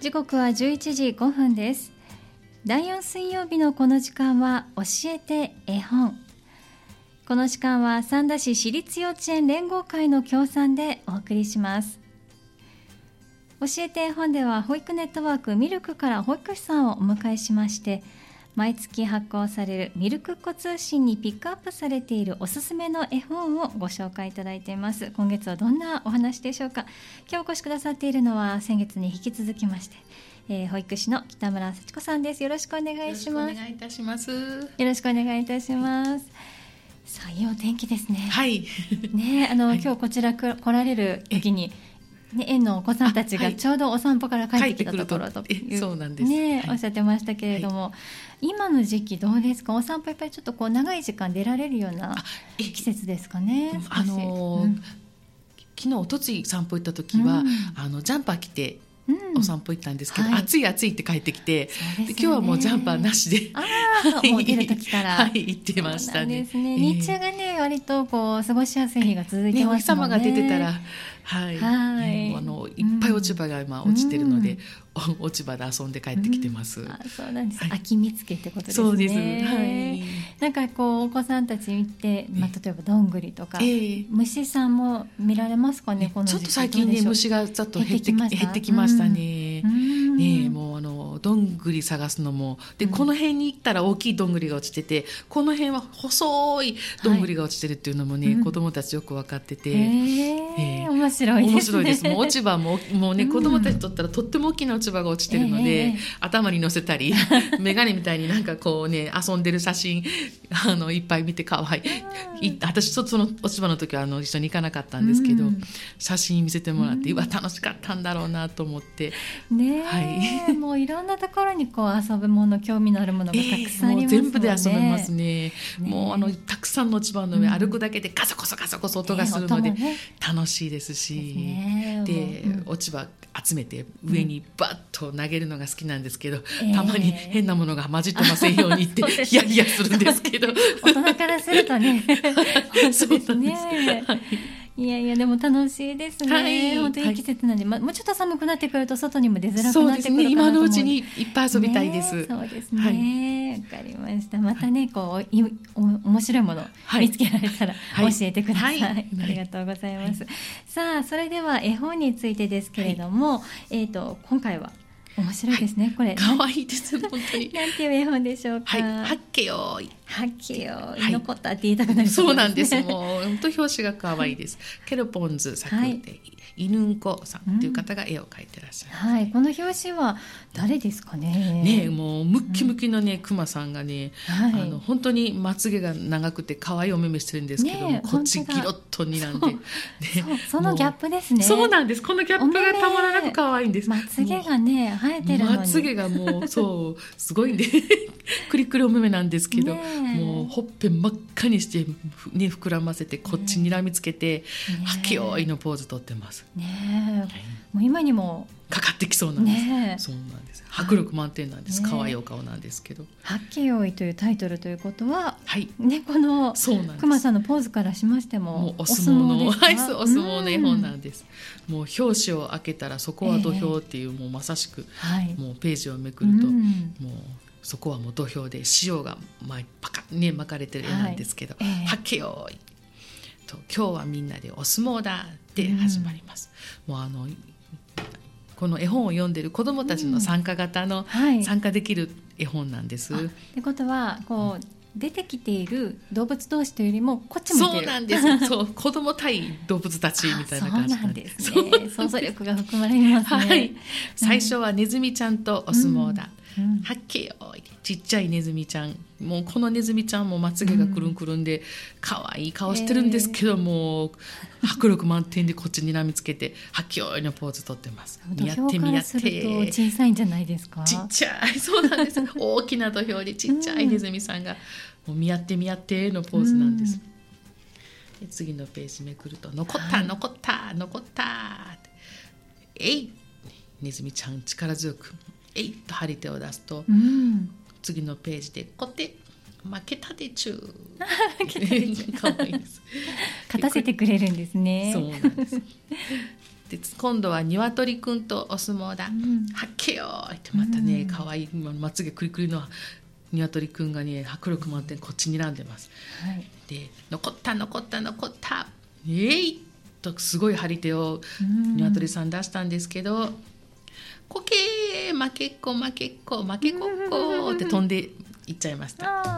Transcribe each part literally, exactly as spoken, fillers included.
時刻はじゅういちじごふんです。だいよん水曜日のこの時間は教えて絵本。この時間は三田市私立幼稚園連合会の協賛でお送りします。教えて絵本では保育ネットワークミルクから保育士さんをお迎えしまして、毎月発行されるミルクっ子通信にピックアップされているおすすめの絵本をご紹介いただいています。今月はどんなお話でしょうか。今日お越しくださっているのは先月に引き続きまして、えー、保育士の北村幸子さんです。よろしくお願いします。 よろしくお願いいたします。 よろしくお願いいたします。さあ、いいお天気ですね。 はいね、あの、 はい、 今日こちら来られる時にね、園のお子さんたちがちょうどお散歩から帰ってきたところという、 そうなんです、 ね、 はい、 おっしゃってましたけれども、はい、今の時期どうですか。お散歩やっぱりちょっとこう長い時間出られるような季節ですかね。 あのーうん、昨日おとつい散歩行った時は、うん、あのジャンパー着てお散歩行ったんですけど、うんはい、暑い暑いって帰ってきて、で、ね、今日はもうジャンパーなしで、 あもう出る時から、 はい、行ってましたね。そうなんですね、 えー、日中がね割とこう過ごしやすい日が続いてますもんね。 ね、お日様が出てたら、はい、はい、あのいっぱい落ち葉が今落ちてるので、うん、落ち葉で遊んで帰ってきてます、 うん、あそうなんです、はい、秋見つけってことですね。 そうです、はい、 なんかこうお子さんたち見て、まあ、例えばどんぐりとか、えー、虫さんも見られますかね。この時期ちょっと最近ね虫がちょっと減ってきました、減ってきましたね、うん、ね、もうあのどんぐり探すのもで、うん、この辺に行ったら大きいどんぐりが落ちてて、この辺は細いどんぐりが落ちてるっていうのもね、はい、子供たちよく分かってて、 えーえー、面白いですね。 面白いです。もう落ち葉ももうね、子供たちにとったらとっても大きな落ち葉が落ちてるので、えー、頭に乗せたりメガネみたいになんかこうね遊んでる写真あのいっぱい見て可愛いい。私ちょっとその落ち葉の時はあの一緒に行かなかったんですけど、うん、写真見せてもらって、うん、うわ楽しかったんだろうなと思ってね、はい、もういろんなところにこう遊ぶもの、興味のあるものがたくさんありますもんね、えー、もう全部で遊べます ね, ねもうあのたくさんの落ち葉の上、うん、歩くだけでガサゴソガサゴソ音がするので、ね、楽しいですし、ね、で、うん、落ち葉集めて上にバッと投げるのが好きなんですけど、うん、たまに変なものが混じってませんようにってヒヤヒヤするんですけど大人からするとねそうですね、はい、 いやいやでも楽しいですね、はい、本当にいい季節なんで、はい、ま、もうちょっと寒くなってくると外にも出づらくなってくるかなと思う。そうですね、 今のうちにいっぱい遊びたいです、 ね、そうですね、はい、わかりました。またねこういお面白いもの見つけられたら教えてください、はいはい、ありがとうございます、はい、さあそれでは絵本についてですけれども、はい、えーと今回は面白いですね、はい、これかわいいです本当になんていう絵本でしょうか。 はい、はっけよーいはっけよーい、はい、残ったって言いたくなる、ね、 そうなんです。もう本当表紙がかわいいですケロポンズ作で、はい、犬んこさんという方が絵を描いてらっしゃる、 うんはい、この表紙は誰ですかね。 ね、もうムッキムキのね、うん、クマさんがね、はい、あの本当にまつげが長くて可愛いお目目してるんですけども、ね、こっちギロッとになんで、ね、 そ, そのギャップですね。 そうなんです。このギャップがたまらなく可愛いんです。 まつげがね生えてるのにまつげがもうそうすごいんでクリクリお目目なんですけど、もうほっぺ真っ赤にして、ね、膨らませてこっちにらみつけて、はっけよーいのポーズとってますね。 はい、もう今にもかかってきそうなんです、ね、そうなんです。迫力満点なんです、はい、可愛いお顔なんですけど、 はっけよーいというタイトルということは、 はいね、このくまさんのポーズからしましても、 もうお相撲のお相撲ですか。はい、お相撲の絵本なんです。もう表紙を開けたらそこは土俵っていう、えー、もうまさしく、はい、もうページをめくると、もうそこはもう土俵で塩がパカッ、ね、巻かれてる絵なんですけど、はい、えー、はっけよーいと今日はみんなでお相撲だって始まります、うん、もうあのこの絵本を読んでる子どもたちの参加型の、うんはい、参加できる絵本なんです。 ってことはこう、うん、出てきている動物同士というよりもこっち向いてる。 そうなんですそう子供対動物たちみたいな感じなんです。 そうなんですね。想像力が含まれますね、はい、 最初はネズミちゃんとお相撲だ、うん、はっけよーいちっちゃいネズミちゃん、もうこのネズミちゃんもまつげがくるんくるんで可愛い顔してるんですけども、えー、迫力満点でこっちにらみつけてはっけよーいのポーズとってます。 土俵からすると小さいんじゃないですか。 ちっちゃい、そうなんです大きな土俵でちっちゃいネズミさんがもう見合って見合ってのポーズなんです、うん、で次のページめくると残った、はい、残った残ったえいネズミちゃん力強くえいっと張り手を出すと、うん、次のページでこて負けたでちゅうかわいいです勝たせてくれるんですね。 そうなんですで今度は鶏くんとお相撲だ、うん、はっけよーってまたね、うん、かわいいまつげくりくりの鶏くんがね迫力満点こっちにらんでます、はい、で残った残った残ったえいとすごい張り手を鶏さん出したんですけど、うん、こけー負けっこ負けっこ負けこっこって飛んでいっちゃいました。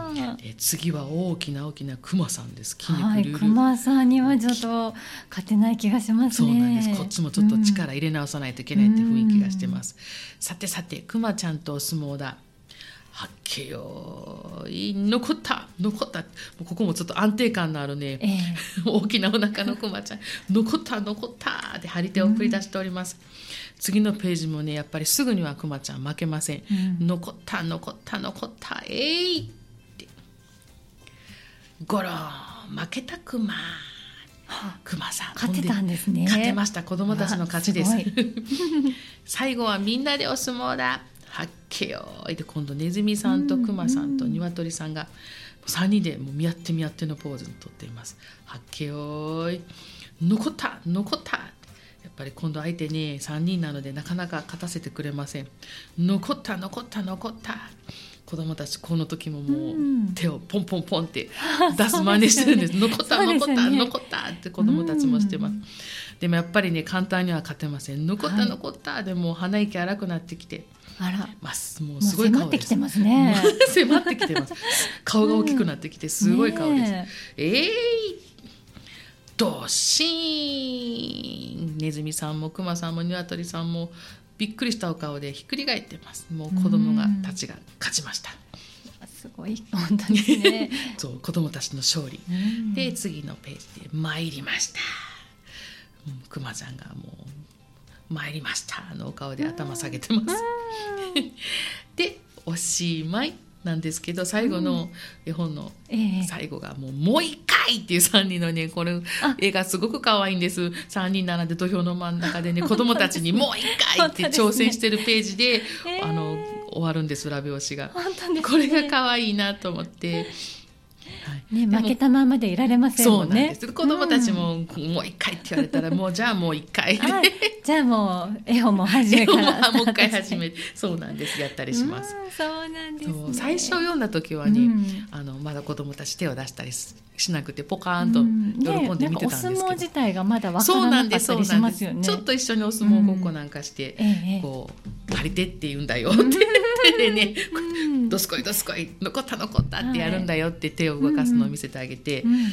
え次は大きな大きなクマさんです。筋肉隆々、はい、クマさんにはちょっと勝てない気がしますね。 そうなんです。こっちもちょっと力入れ直さないといけないって雰囲気がしてます、うん、さてさてクマちゃんとお相撲だはっけよい残った残ったここもちょっと安定感のあるね、えー、大きなお腹のクマちゃん残った残ったって張り手を繰り出しております、うん、次のページもねやっぱりすぐにはクマちゃん負けません、うん、残った残った残ったえいってゴロン負けたクマクマさん勝てたんですね。 勝てました。子供たちの勝ちです最後はみんなでお相撲だはっけよーいで今度ネズミさんとクマさんと鶏さんがさんにんでもう見合って見合ってのポーズにとっています。はっけよーい残った残ったやっぱり今度相手にさんにんなのでなかなか勝たせてくれません。残った残った残った子供たちこの時ももう手をポンポンポンって出す真似してるんです。残った残った、ね、残ったって子供たちもしてます。でもやっぱりね簡単には勝てません。残った残った、はい、でも鼻息荒くなってきてあら、 まあ、もうすごい顔です。 迫ってきてますね迫ってきてます顔が大きくなってきてすごい顔です、うんね、えーいどっしーんネズミさんもクマさんも鶏さんもびっくりしたお顔でひっくり返ってます。もう子供がたちが勝ちました。 すごい本当ですねそう子供たちの勝利で次のページで参りましたクマちゃんがもう参りましたのお顔で頭下げてますでおしまいなんですけど最後の絵本の最後がもう、もう一回っていうさんにんのねこれ絵がすごく可愛いんです。さんにん並んで土俵の真ん中でね子供たちにもう一回って挑戦してるページで、ねえー、あの終わるんです裏表紙が、ね、これが可愛いなと思ってね、負けたままでいられませんもんね。 そうなんです。子供たちも、うん、もう一回って言われたらもうじゃあもう一回じゃあもう絵本も始めからもう一回始めそうなんですやったりします。 うん、そうなんです、ね、 最初読んだ時はね、うん、あのまだ子供たち手を出したりしなくてポカーンと喜んで見てたんですけど、うんね、お相撲自体がまだ分からなかったりしますよね。 ちょっと一緒にお相撲ごっこなんかして、うん、こう張り手って言うんだよって手でね、うん、どすこいどすこい残った残ったってやるんだよって手を動かすのを見せてあげて、うんうん、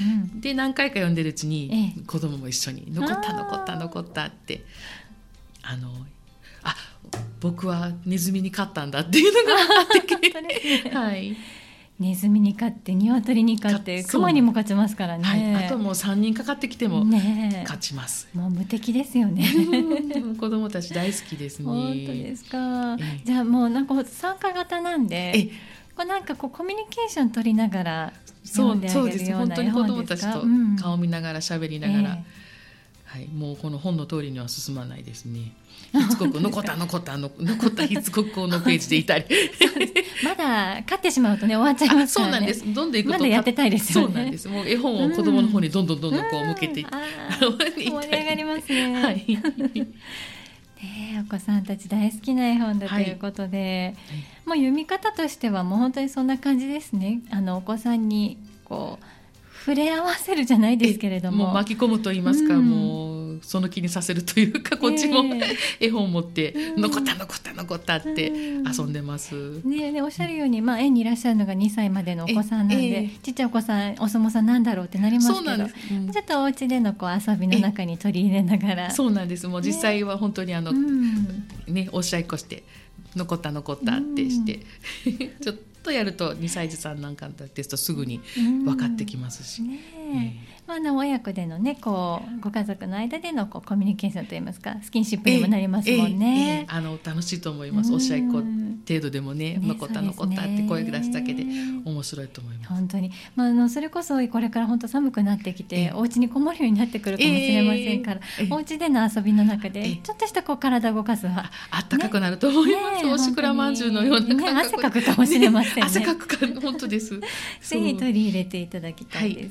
で何回か読んでるうちに、ええ、子供も一緒に残った残った残ったってあのあ僕はネズミに勝ったんだっていうのがあってきて、はい、 ネズミに勝って鶏に勝ってクマにも勝ちますからね、 はい、あともうさんにんかかってきても勝ちます、 ね、もう無敵ですよね子供たち大好きですね。 本当ですか、えじゃあもうなんか参加型なんでえこうなんかこうコミュニケーション取りながら読んであげるような絵本ですか。そうです。本当に子供たちと顔見ながら喋りながら、うんえはい、もうこの本の通りには進まないですね。しつこく残った残った残ったしつこくこのページでいたりまだ勝ってしまうとね終わっちゃいますからね。 そうなんです。どんどんいくとまだやってたいですよね。 そうなんです。もう絵本を子供の方にどんどんどんどんこう向けていって、 うんうん、盛り上がりますね、はいね、お子さんたち大好きな絵本だということで、はい、もう読み方としてはもう本当にそんな感じですね。あのお子さんにこう触れ合わせるじゃないですけれども、 もう巻き込むと言いますか、うん、もうその気にさせるというかこっちも、えー、絵本を持って、うん、残った残った残ったって遊んでます、うんねね、おっしゃるように、まあ、園にいらっしゃるのがにさいまでのお子さんなんで、えー、ちっちゃいお子さんお相撲さんなんだろうってなりますけど、そうなんです、うん、ちょっとお家でのこう遊びの中に取り入れながら、 そうなんです。もう実際は本当にあの、ねね、おっしゃいっこして残った残ったってして、うん、ちょっとやるとにさい児さんなんかですとすぐに分かってきますし、うんねえーまあ、あの親子での、ね、こうご家族の間でのこうコミュニケーションといいますかスキンシップにもなりますもんね、 えーえー、あの楽しいと思います。おっしゃいっこ程度でもね、残った残ったって声出すだけで面白いと思います。 本当に、まあ、あのそれこそこれから本当寒くなってきて、えー、お家にこもるようになってくるかもしれませんから、えー、お家での遊びの中でちょっとしたこう体を動かすはあ, あったかくなると思います、ね、おしくらまんじゅうのような感覚、 ね、汗かくかもしれませんね。 汗かくか本当ですぜひ取り入れていただきたいですね、はい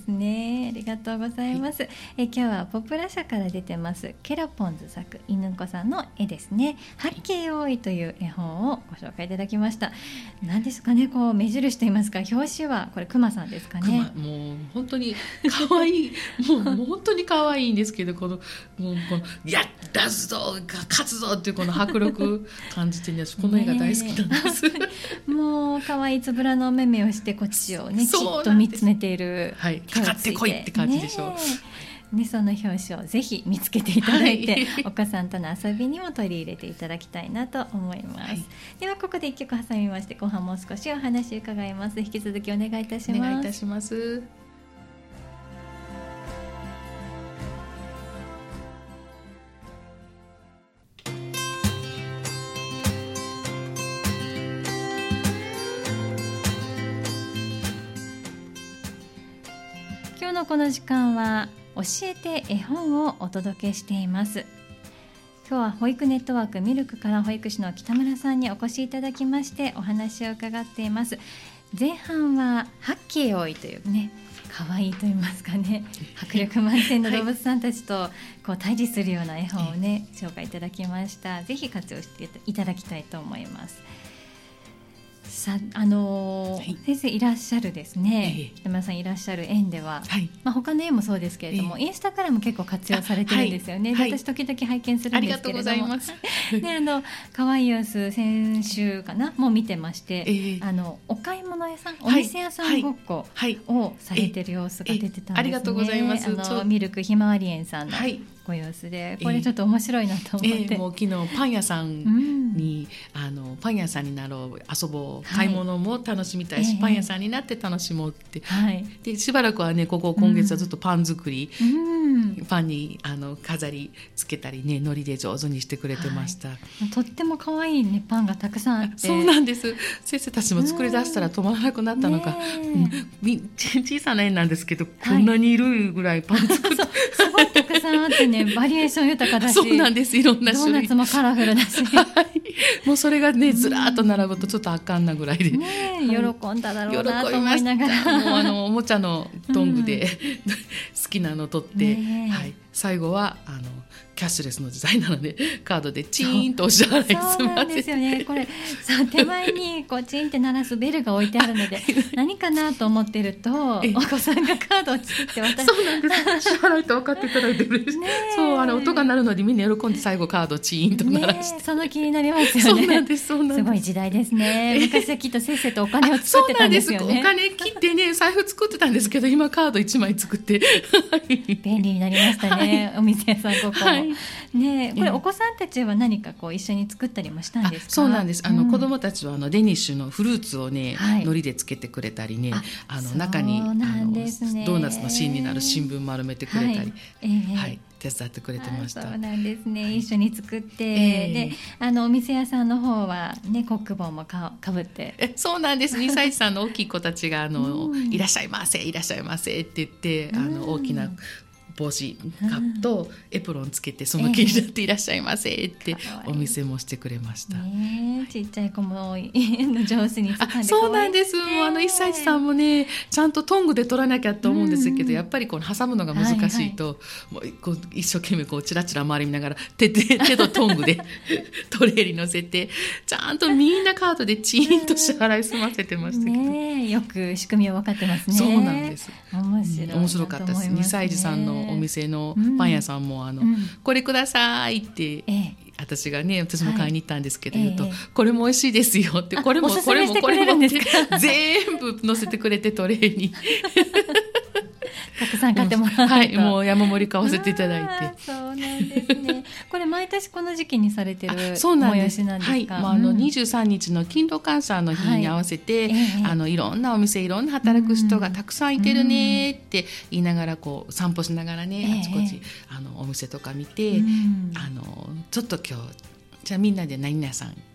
ね。ありがとうございます、はい、え今日はポプラ社から出てますケラポンズ作犬子さんの絵ですね、八景多いという絵本をご紹介いただきました。何ですかね、こう目印といいますか、表紙はこれクマさんですかね。 もう本当に可愛いもうもう本当に可愛いんですけど、このもうこのやったぞ勝つぞっていうこの迫力感じてね、この絵が大好きなんです、ね、 もう可愛いつぶらの目目をしてこっちをねじっと見つめている、 はい、かかってこいって感じでしょうね、その表紙をぜひ見つけていただいて、はい、お子さんとの遊びにも取り入れていただきたいなと思います、はい、ではここでいっきょく挟みまして後半もう少しお話伺います。引き続きお願いいたします。 お願いいたします。 今日のこの時間は教えて絵本をお届けしています。今日は保育ネットワークミルクから保育士の北村さんにお越しいただきましてお話を伺っています。前半は八景多いというね、可愛いと言いますかね、迫力満点の動物さんたちとこう対峙するような絵本をね、紹介いただきました。ぜひ活用していただきたいと思います。さあのーはい、先生いらっしゃるですね、ええ、北村さんいらっしゃる園では、はい、まあ、他の園もそうですけれども、ええ、インスタからも結構活用されてるんですよね、はい、私時々拝見するんですけれども、ありがとうございますであの可愛い様子先週かなもう見てまして、ええ、あのお買い物屋さんお店屋さんごっこをされてる様子が出てたんですね、 ありがとうございます。 あのミルクひまわり園さんの、はい、ご様子でこれちょっと面白いなと思って、えーえー、 もう昨日パン屋さんに、うん、あのパン屋さんになろう遊ぼう、はい、買い物も楽しみたいし、えー、パン屋さんになって楽しもうって、はい、でしばらくはねここ今月はずっとパン作り、うん、パンにあの飾りつけたりね海苔で上手にしてくれてました、はい、 とっても可愛いねパンがたくさんあって、 そうなんです。先生たちも作り出したら止まらなくなったのか、うん、小さな園なんですけど、はい、こんなにいるぐらいパン作ってすごいたくさんあってねバリエーション豊かだし、 そうなんです、いろんな種類、 ドーナツもカラフルだし、 はい、もうそれがねずらーっと並ぶとちょっとあかんなぐらいで、 ね、はい、喜んだだろうなと思いながら、 もうあのおもちゃのトングで、うん、好きなの取って、ね、はい、最後はあのキャッシュレスの時代なのでカードでチーンとお支払い済ませて、 そうなんですよね、これそう手前にこうチーンって鳴らすベルが置いてあるので何かなと思ってるとお子さんがカードをチーって渡して、 そうなんです支払いと分かっていただいてるんです、ね、そうあの音が鳴るのでみんな喜んで最後カードチーンと鳴らして、 ね、その気になりますよね。 そうなんです、そうなんです、 すごい時代ですね。昔はきっとせっせとお金を作ってたんですよね。 そうなんです、お金切ってね財布作ってたんですけど今カードいちまい作って便利になりましたね、はい、お店屋さんここも、はい、ね、これお子さんたちは何かこう一緒に作ったりもしたんですか？ そうなんです、あの、うん、子どもたちはあのデニッシュのフルーツをね、はい、海苔でつけてくれたりね、ああの中にあのドーナツの芯になる新聞丸めてくれたり、はいえーはい、手伝ってくれてました。 そうなんですね、はい、一緒に作って、えー、であのお店屋さんの方はねコック帽も か, かぶってえそうなんです、にさいさんの大きい子たちがあの、うん、いらっしゃいませいらっしゃいませって言って、うん、あの大きな帽子カップとエプロンつけてその気になっていらっしゃいませってお店もしてくれました、 ね、ちっちゃい子も上手に掴んで可愛い、 そうなんです、もうあのいっさい児さんもねちゃんとトングで取らなきゃと思うんですけど、うん、やっぱりこの挟むのが難しいと、はいはい、もうこう一生懸命こうチラチラ周り見ながら 手, 手, 手とトングでトレーに乗せてちゃんとみんなカードでチーンと支払い済ませてましたけど、 ね、よく仕組みを分かってますね。 そうなんです、 面白い、うん、 面白かったです。にさい児さんのお店のパン屋さんもあの、うん、これくださいって、ええ、私がね私も買いに行ったんですけど、はい、言うと、ええ、これも美味しいですよってこれもこれもこれもって全部乗せてくれてトレーにたくさん買ってもらう、 はい、もう山盛り買わせていただいて、 そうなんですね。これ毎年この時期にされてる催しなんですか？はい、 まあ、あのにじゅうさんにちの勤労感謝の日に合わせて、はい、ええ、あのいろんなお店いろんな働く人がたくさんいてるねって言いながらこう散歩しながらね、ええ、あちこちあのお店とか見て、あのちょっと今日じゃあみんなで何々さん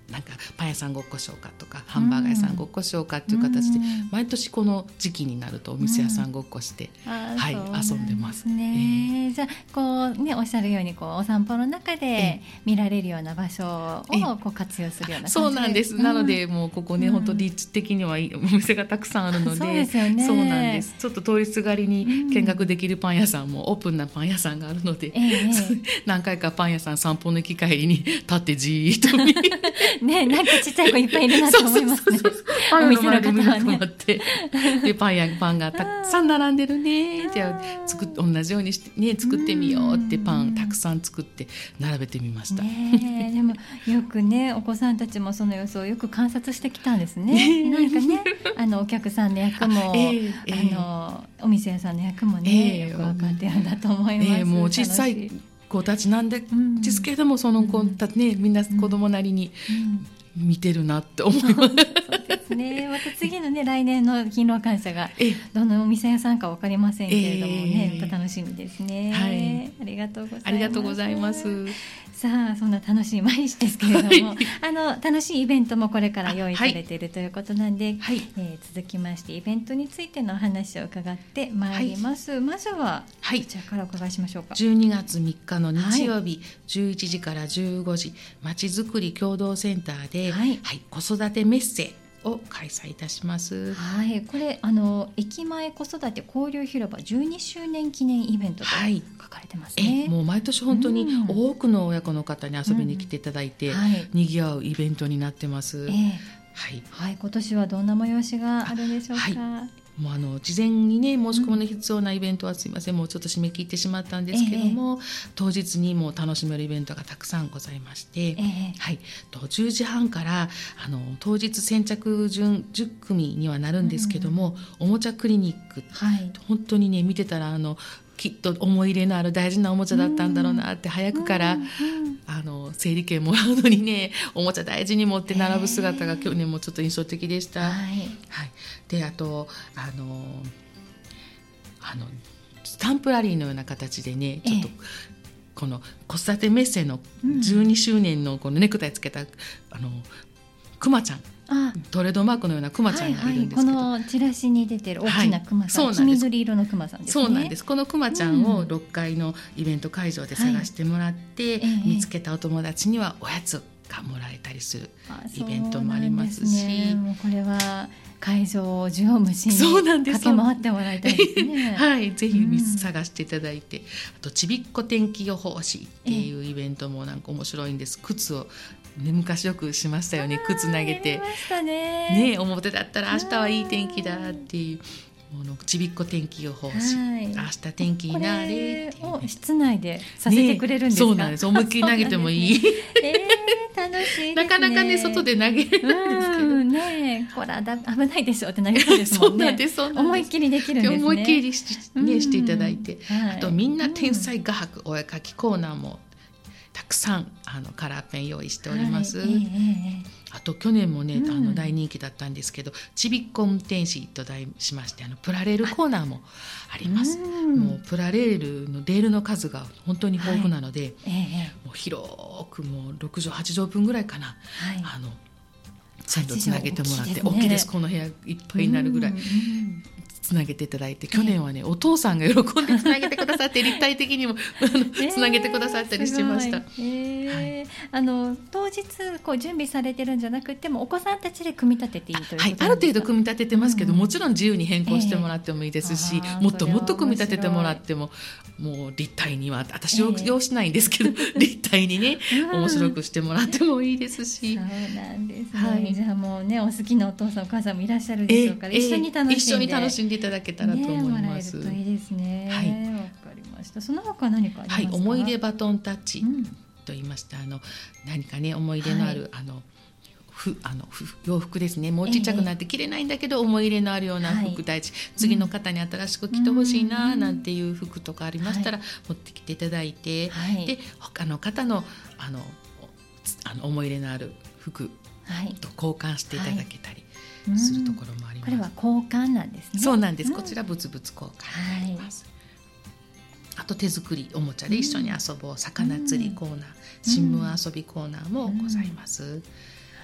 なんかパン屋さんごっこしようかとかハンバーガー屋さんごっこしようかっていう形で、うん、毎年この時期になるとお店屋さんごっこして、うん、はい、遊んでますね。えー、じゃあこう、ね、おっしゃるようにこうお散歩の中で見られるような場所をこう活用するような感じで、 そうなんです、うん、なのでもうここね、うん、本当立地的にはいいお店がたくさんあるので、 そうですよね、 そうなんです。ちょっと通りすがりに見学できるパン屋さんも、うん、オープンなパン屋さんがあるので、えー、何回かパン屋さん散歩の行き帰りに立ってじーっと見ね、なんかちっちゃい子いっぱいいるなと思いますね。お店の方はね。 でパンやパンがたくさん並んでるね。じゃあ作っ同じようにしてね作ってみようってパンたくさん作って並べてみました。 ね、でもよくねお子さんたちもその様子をよく観察してきたんですね。なんかねあのお客さんの役もあ、えーえー、あのお店屋さんの役もね、えー、よく分かってるんだと思います。 えー、もう小さい子たちなんですけれども、うん、その子たちね、みんな子供なりに見てるなって思います、うん、そうですね。また次のね来年の勤労感謝がどのお店屋さんか分かりませんけれどもね、えー、楽しみですね、はい、ありがとうございます。 ありがとうございます。 さあそんな楽しい毎日ですけれども、はい、あの楽しいイベントもこれから用意されているということなんで、はい、えー、続きましてイベントについての話を伺ってまいります、はい、まずはこちらからお伺いしましょうか。 じゅうにがつみっかの日曜日、はい、じゅういちじからじゅうごじまちづくり共同センターで、はいはい、子育てメッセを開催いたします、 はい、これあの駅前子育て交流広場じゅうにしゅうねん記念イベントと書かれてますね、はい、 えもう毎年本当に多くの親子の方に遊びに来ていただいて、うんはい、にぎわうイベントになってます、えーはいはい、今年はどんな催しがあるでしょうか。 はい、もうあの事前にね申し込みの必要なイベントはすいません、うん、もうちょっと締め切ってしまったんですけども、えー、当日にも楽しめるイベントがたくさんございまして、えーはい、とじゅうじはんからあの当日先着順じゅっくみにはなるんですけども、うん、おもちゃクリニック、はい、本当にね見てたらあのきっと思い入れのある大事なおもちゃだったんだろうなって、うん、早くから、うんうん、あの整理券もらうのにねおもちゃ大事に持って並ぶ姿が去年もちょっと印象的でした、はいはい、であとあのあのスタンプラリーのような形でねちょっと、この子育てメッセのじゅうにしゅうねんのこのネクタイつけた、うん、あのくまちゃんトレードマークのようなクマちゃんがいるんですけど、 はいはい、このチラシに出てる大きなクマさん、はい、黄緑色のクマさんですね。 そうなんです。このクマちゃんをろっかいのイベント会場で探してもらって、はい、見つけたお友達にはおやつがもらえたりするイベントもありますし、 ね、もうこれは会場を縦横無尽に駆け回ってもらいたいですね。 はい、ぜひ探していただいて、うん、あとちびっこ天気予報士っていうイベントもなんか面白いんです。靴をね、昔よくしましたよね。靴投げて、ね、表だったら明日はいい天気だっていうものちびっこ天気予報士、はい、明日天気になれっていう、ね、 これを室内でさせてくれるんですか。 ね、そうなんです。思いっきり投げてもいい、ねえー、楽しいですね。 なかなかね外で投げれるんですけど、 ね、これはだ危ないでしょって投げるんですもんね。そうなんです、そうなんです。思いっきりできるんですね。 思いっきり し,、ね、していただいて、はい、あとみんな天才画伯、うん、お絵描きコーナーもたくさんあのカラーペン用意しております、はい、えー、あと去年もね、うん、あの大人気だったんですけどちびっこ運転士と題しましてあのプラレールコーナーもあります、うん、もうプラレールのレールの数が本当に豊富なので、はい、えー、もう広くもうろくじょうはちじょうぶんぐらいかな、はい、あの線路つなげてもらって大きいです。この部屋いっぱいになるぐらい、うんうん、つなげていただいて、去年はね、えー、お父さんが喜んでつなげてくださって立体的にもつなげてくださったりしてました、えーはい、あの当日こう準備されてるんじゃなくてもお子さんたちで組み立てていいということですか。 はい、ある程度組み立ててますけど、うん、もちろん自由に変更してもらってもいいですし、えー、もっともっと組み立ててもらってももう立体には私用しないんですけど、えー、立体にね面白くしてもらってもいいですし、 そうなんですね、はい、じゃあもうねお好きなお父さんお母さんもいらっしゃるでしょうから、えー、一緒に楽しんで、 一緒に楽しんでいただけたらと思います、 ね、もらえるといいですね。はい、わかりました。その他何かありますか。 はい、思い出バトンタッチと言いました、あの何かね思い出のある、はい、あのふあのふ洋服ですね。もうちっちゃくなって着れないんだけど、えー、思い入れのあるような服大事、はい、次の方に新しく着てほしいななんていう服とかありましたら、はい、持ってきていただいて、はい、で他の方のあのあの思い入れのある服と交換していただけたりするところもあります、 はい、これは交換なんですね。 そうなんです、うん、こちら物々交換になります、はい、あと手作りおもちゃで一緒に遊ぼう、うん、魚釣りコーナー、新聞遊びコーナーもございます、うんうん、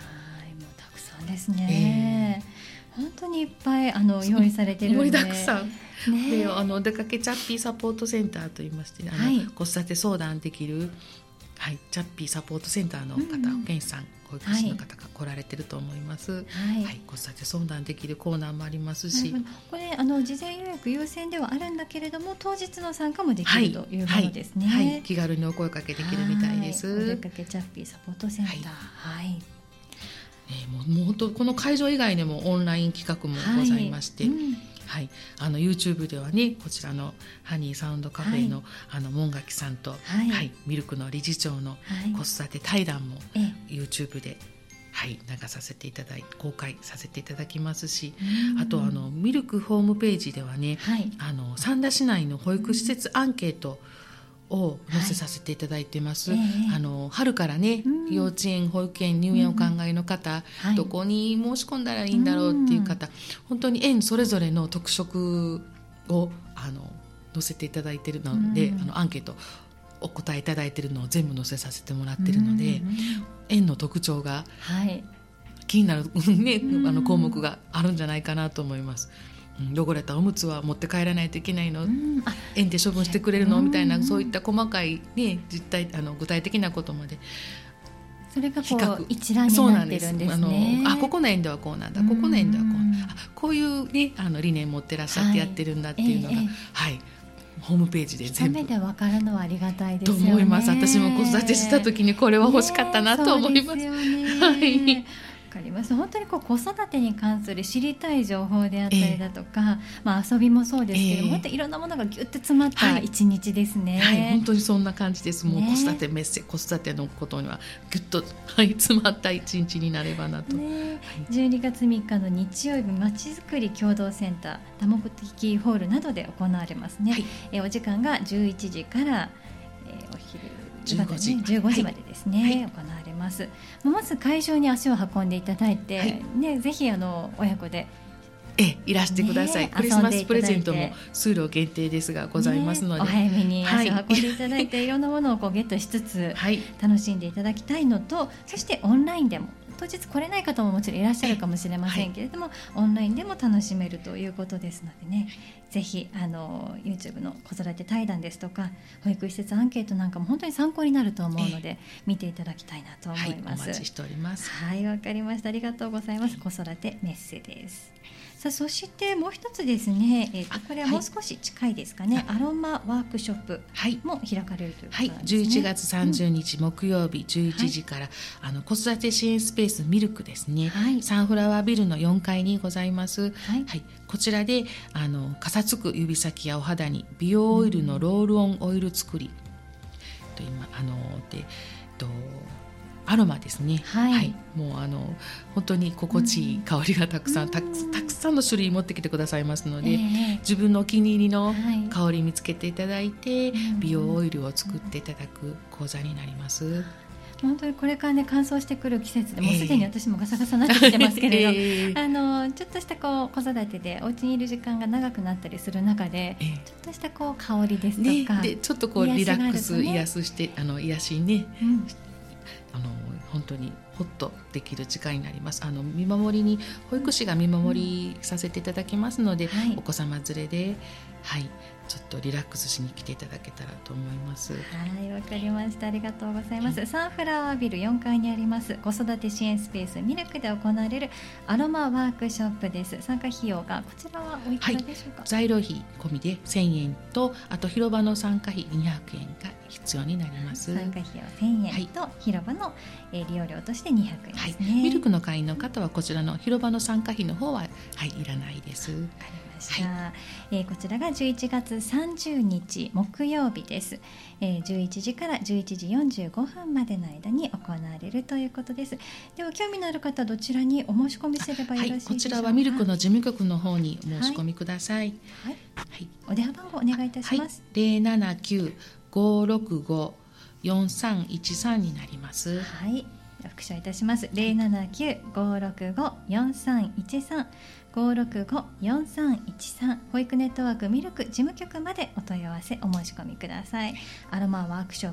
なんですね、えー、本当にいっぱいあの用意されてるんで盛りだくさん、ね、であのお出かけチャッピーサポートセンターといいまして、ね、あの、はい、子育て相談できる、はい、チャッピーサポートセンターの方、うん、保健師さん保育士の方が来られてると思います、はいはい、子育て相談できるコーナーもありますし、 これあの事前予約優先ではあるんだけれども当日の参加もできる、はい、というものですね、 はいはい、気軽にお声かけできるみたいです。 お出かけチャッピーサポートセンター、はいはい、 えー、もう、もう本当この会場以外にもオンライン企画もございまして、はい、うんはい、あの YouTube ではねこちらのハニーサウンドカフェの、はい、あの門垣さんと、はいはい、ミルクの理事長の子育て対談も YouTube で、はい、流させていただい公開させていただきますし、あとあのミルクホームページではね、はい、あの三田市内の保育施設アンケートを載せさせていただいてます、はい、えー、あの春からね、うん、幼稚園保育園入園を考えの方、うん、どこに申し込んだらいいんだろうっていう方、うん、本当に園それぞれの特色をあの載せていただいているので、うん、あのアンケートお答えいただいているのを全部載せさせてもらっているので、うん、園の特徴が気になる、ね、うん、あの項目があるんじゃないかなと思います。汚れたおむつは持って帰らないといけないの、うん、園で処分してくれるの、うん、みたいなそういった細かい、ね、実態あの具体的なことまでそれがこう一覧になってるんですね。 あのあここの園ではこうなんだ、ここの園ではこうなんだ、あこういう、ね、あの理念持ってらっしゃってやってるんだっていうのが、はいえーはい、ホームページで全部一目で分かるのはありがたいですよねと思います。私も子育てした時にこれは欲しかったなと思います、ね、そうですよね、はいわかります。本当にこう子育てに関する知りたい情報であったりだとか、えーまあ、遊びもそうですけど、えー、本当にいろんなものがギュッと詰まった一日ですね、 はいはい、本当にそんな感じです。もう子育てメッセ、ね、子育てのことにはギュッと、はい、詰まった一日になればなと、ねはい、 じゅうにがつみっかの日曜日まちづくり共同センター多目的ホールなどで行われますね、はい、えお時間がじゅういちじから、えー、お昼じゅうごじ、ね、じゅうごじまでですね、はい、行われます。まず会場に足を運んでいただいて、はいね、ぜひあの親子でえいらしてください、ね、クリスマスプレゼントも数量限定ですがございますので、ね、 お早めに足を運んでいただいて、はい、いろんなものをこうゲットしつつ楽しんでいただきたいのと、そしてオンラインでも当日来れない方ももちろんいらっしゃるかもしれませんけれども、はい、オンラインでも楽しめるということですのでね、ぜひあの YouTube の子育て対談ですとか保育施設アンケートなんかも本当に参考になると思うので、見ていただきたいなと思います。 はい、お待ちしております。 はい、わかりました。ありがとうございます。子育てメッセです。さあそしてもう一つですね、えー、とこれはもう少し近いですかね、はい、アロマワークショップも開かれるということなんですね。はい、 じゅういちがつさんじゅうにち、うん、木曜日じゅういちじから、はい、あの子育て支援スペースミルクですね、はい、サンフラワービルのよんかいにございます、はいはい、こちらであのかさつく指先やお肌に美容オイルのロールオンオイル作り、うん、と今あのでとアロマですね、はいはい、もうあの本当に心地いい香りがたくさん、うん、た, たくさんの種類持ってきてくださいますので、えー、自分のお気に入りの香り見つけていただいて、はい、美容オイルを作っていただく講座になります。 本当にこれからね乾燥してくる季節でもうすでに私もガサガサになってきてますけれど、えー、あのちょっとしたこう子育てでお家にいる時間が長くなったりする中で、えー、ちょっとしたこう香りですとか、 ね、でちょっとこうリラックス癒すしてあの癒しにね、うん、あの本当にホッとできる時間になります。あの見守りに保育士が見守りさせていただきますので、うんはい、お子様連れで、はい、ちょっとリラックスしに来ていただけたらと思います。 はい、わかりました。ありがとうございます、うん、サンフラワービルよんかいにあります子育て支援スペースミルクで行われるアロマワークショップです。参加費用がこちらはおいくらでしょうか。はい、 材料費込みでせんえんと、あと広場の参加費にひゃくえんが必要になります。 参加費用せんえんと、はい、広場の、えー、利用料としてにひゃくえんですね。はい、 ミルクの会員の方はこちらの広場の参加費の方は、はい、いらないです。 はい、えー、こちらがじゅういちがつさんじゅうにち木曜日です、えー、じゅういちじからじゅういちじよんじゅうごふんまでの間に行われるということです。では興味のある方どちらにお申し込みすればよろしいでしょうか。はい、 こちらはミルクの事務局の方にお申し込みください。 はいはいはい、お電話番号お願いいたします。 はい、ゼロななきゅう ごろくご よんさんいちさんになります。 はい、復唱いたします。ゼロななきゅう ごろくご よんさんいちさん ごろくご よんさんいちさん保育ネットワークミルク事務局までお問い合わせお申し込みください。アロマワークショップは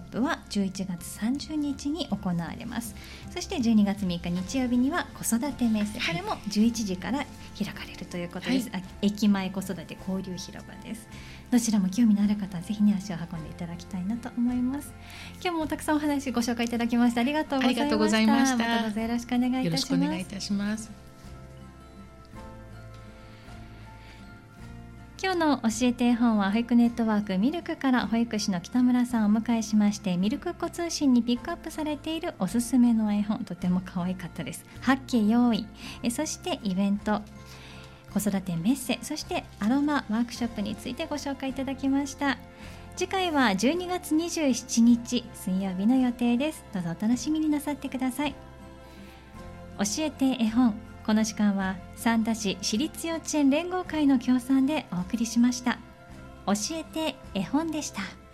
じゅういちがつさんじゅうにちに行われます。そしてじゅうにがつみっか日曜日には子育てメッセ、これもじゅういちじから開かれるということです、はい、駅前子育て交流広場です。どちらも興味のある方はぜひに足を運んでいただきたいなと思います。今日もたくさんお話ご紹介いただきましてありがとうございました。 ありがとうございました。 またどうぞよろしくお願いいたします。 よろしくお願いいたします。 今日の教えて絵本は保育ネットワークミルクから保育士の北村さんをお迎えしまして、ミルクっ子通信にピックアップされているおすすめの絵本、とても可愛かったです。八景用意、えそしてイベント、子育てメッセ、そしてアロマワークショップについてご紹介いただきました。次回はじゅうにがつにじゅうしちにち水曜日の予定です。どうぞお楽しみになさってください。教えて絵本、この時間は三田市私立幼稚園連合会の協賛でお送りしました。教えて絵本でした。